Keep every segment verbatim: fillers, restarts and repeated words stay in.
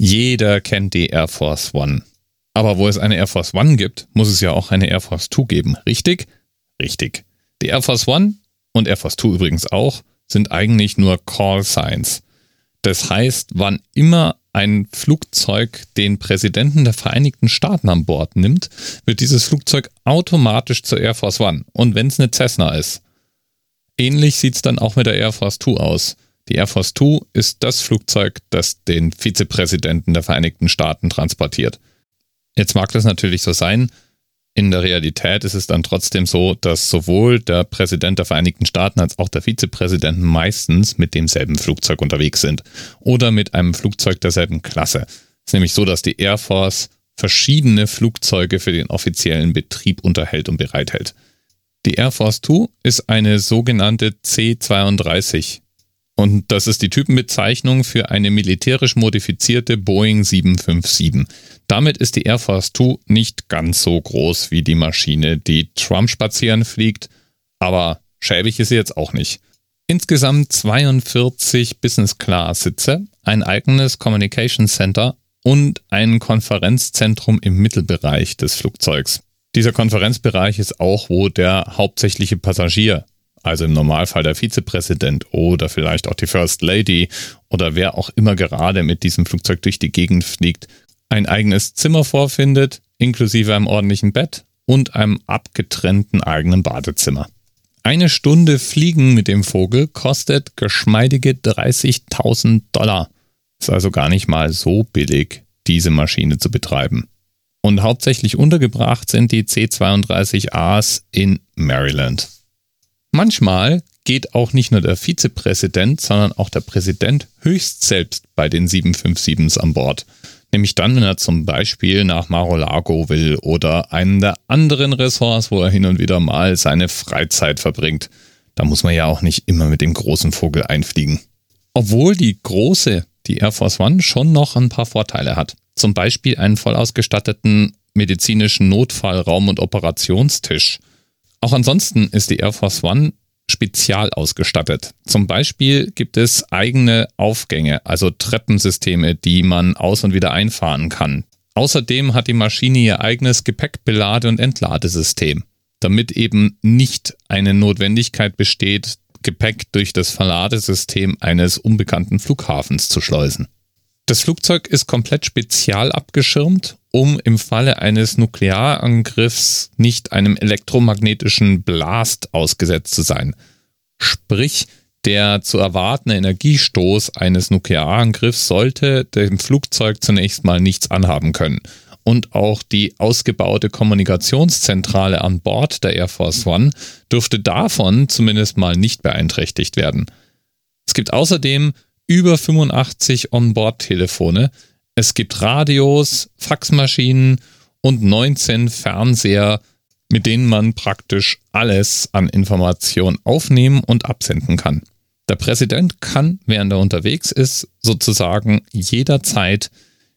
Jeder kennt die Air Force One. Aber wo es eine Air Force One gibt, muss es ja auch eine Air Force Two geben, richtig? Richtig. Die Air Force One und Air Force Two übrigens auch sind eigentlich nur Call Signs. Das heißt, wann immer ein Flugzeug den Präsidenten der Vereinigten Staaten an Bord nimmt, wird dieses Flugzeug automatisch zur Air Force One. Und wenn es eine Cessna ist. Ähnlich sieht es dann auch mit der Air Force Two aus. Die Air Force Two ist das Flugzeug, das den Vizepräsidenten der Vereinigten Staaten transportiert. Jetzt mag das natürlich so sein. In der Realität ist es dann trotzdem so, dass sowohl der Präsident der Vereinigten Staaten als auch der Vizepräsident meistens mit demselben Flugzeug unterwegs sind oder mit einem Flugzeug derselben Klasse. Es ist nämlich so, dass die Air Force verschiedene Flugzeuge für den offiziellen Betrieb unterhält und bereithält. Die Air Force Two ist eine sogenannte C zweiunddreißig und das ist die Typenbezeichnung für eine militärisch modifizierte Boeing sieben fünf sieben. Damit ist die Air Force Two nicht ganz so groß wie die Maschine, die Trump spazieren fliegt, aber schäbig ist sie jetzt auch nicht. Insgesamt zweiundvierzig Business-Class-Sitze, ein eigenes Communication Center und ein Konferenzzentrum im Mittelbereich des Flugzeugs. Dieser Konferenzbereich ist auch, wo der hauptsächliche Passagier, also im Normalfall der Vizepräsident oder vielleicht auch die First Lady oder wer auch immer gerade mit diesem Flugzeug durch die Gegend fliegt, ein eigenes Zimmer vorfindet, inklusive einem ordentlichen Bett und einem abgetrennten eigenen Badezimmer. Eine Stunde Fliegen mit dem Vogel kostet geschmeidige dreißigtausend Dollar. Ist also gar nicht mal so billig, diese Maschine zu betreiben. Und hauptsächlich untergebracht sind die C zweiunddreißig A's in Maryland. Manchmal geht auch nicht nur der Vizepräsident, sondern auch der Präsident höchst selbst bei den sieben fünf siebens an Bord. Nämlich dann, wenn er zum Beispiel nach Mar-a-Lago will oder einen der anderen Ressorts, wo er hin und wieder mal seine Freizeit verbringt. Da muss man ja auch nicht immer mit dem großen Vogel einfliegen. Obwohl die große, die Air Force One, schon noch ein paar Vorteile hat. Zum Beispiel einen voll ausgestatteten medizinischen Notfallraum und Operationstisch. Auch ansonsten ist die Air Force One spezial ausgestattet. Zum Beispiel gibt es eigene Aufgänge, also Treppensysteme, die man aus- und wieder einfahren kann. Außerdem hat die Maschine ihr eigenes Gepäckbelade- und Entladesystem, damit eben nicht eine Notwendigkeit besteht, Gepäck durch das Verladesystem eines unbekannten Flughafens zu schleusen. Das Flugzeug ist komplett spezial abgeschirmt, um im Falle eines Nuklearangriffs nicht einem elektromagnetischen Blast ausgesetzt zu sein. Sprich, der zu erwartende Energiestoß eines Nuklearangriffs sollte dem Flugzeug zunächst mal nichts anhaben können. Und auch die ausgebaute Kommunikationszentrale an Bord der Air Force One dürfte davon zumindest mal nicht beeinträchtigt werden. Es gibt außerdem über fünfundachtzig Onboard-Telefone, es gibt Radios, Faxmaschinen und neunzehn Fernseher, mit denen man praktisch alles an Informationen aufnehmen und absenden kann. Der Präsident kann, während er unterwegs ist, sozusagen jederzeit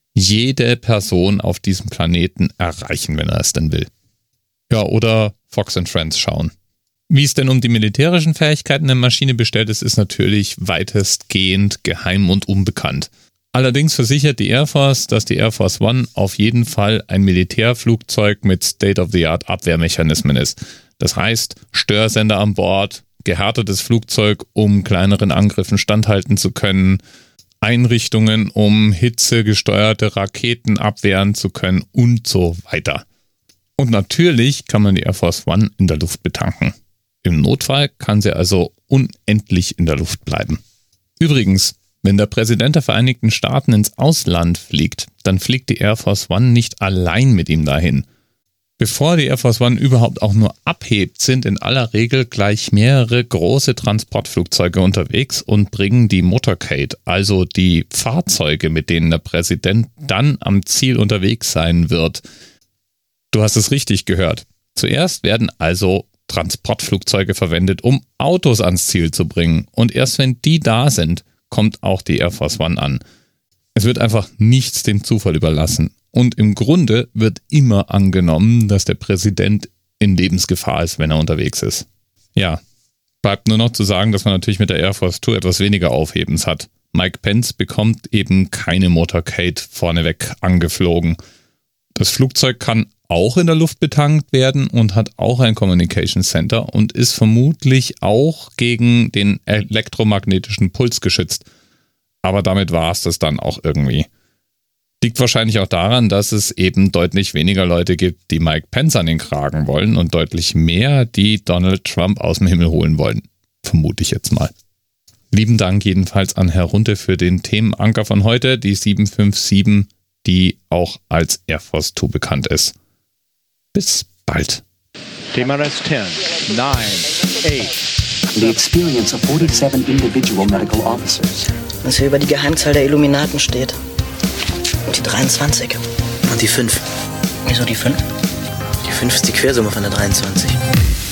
jede Person auf diesem Planeten erreichen, wenn er es denn will. Ja, oder Fox and Friends schauen. Wie es denn um die militärischen Fähigkeiten der Maschine bestellt ist, ist natürlich weitestgehend geheim und unbekannt. Allerdings versichert die Air Force, dass die Air Force One auf jeden Fall ein Militärflugzeug mit State-of-the-Art Abwehrmechanismen ist. Das heißt, Störsender an Bord, gehärtetes Flugzeug, um kleineren Angriffen standhalten zu können, Einrichtungen, um hitzegesteuerte Raketen abwehren zu können und so weiter. Und natürlich kann man die Air Force One in der Luft betanken. Im Notfall kann sie also unendlich in der Luft bleiben. Übrigens, wenn der Präsident der Vereinigten Staaten ins Ausland fliegt, dann fliegt die Air Force One nicht allein mit ihm dahin. Bevor die Air Force One überhaupt auch nur abhebt, sind in aller Regel gleich mehrere große Transportflugzeuge unterwegs und bringen die Motorcade, also die Fahrzeuge, mit denen der Präsident dann am Ziel unterwegs sein wird. Du hast es richtig gehört. Zuerst werden also Transportflugzeuge verwendet, um Autos ans Ziel zu bringen. Und erst wenn die da sind, kommt auch die Air Force One an. Es wird einfach nichts dem Zufall überlassen. Und im Grunde wird immer angenommen, dass der Präsident in Lebensgefahr ist, wenn er unterwegs ist. Ja, bleibt nur noch zu sagen, dass man natürlich mit der Air Force Two etwas weniger Aufhebens hat. Mike Pence bekommt eben keine Motorcade vorneweg angeflogen. Das Flugzeug kann auch in der Luft betankt werden und hat auch ein Communication Center und ist vermutlich auch gegen den elektromagnetischen Puls geschützt. Aber damit war es das dann auch irgendwie. Liegt wahrscheinlich auch daran, dass es eben deutlich weniger Leute gibt, die Mike Pence an den Kragen wollen und deutlich mehr, die Donald Trump aus dem Himmel holen wollen. Vermute ich jetzt mal. Lieben Dank jedenfalls an Herr Runte für den Themenanker von heute, die sieben fünf sieben, die auch als Air Force zwei bekannt ist. Bis bald. T minus ten, nine, eight. The experience of forty-seven individual medical officers. Was hier über die Geheimzahl der Illuminaten steht. Und die dreiundzwanzig. Und die fünf. Wieso die fünf? Die fünf ist die Quersumme von der dreiundzwanzig.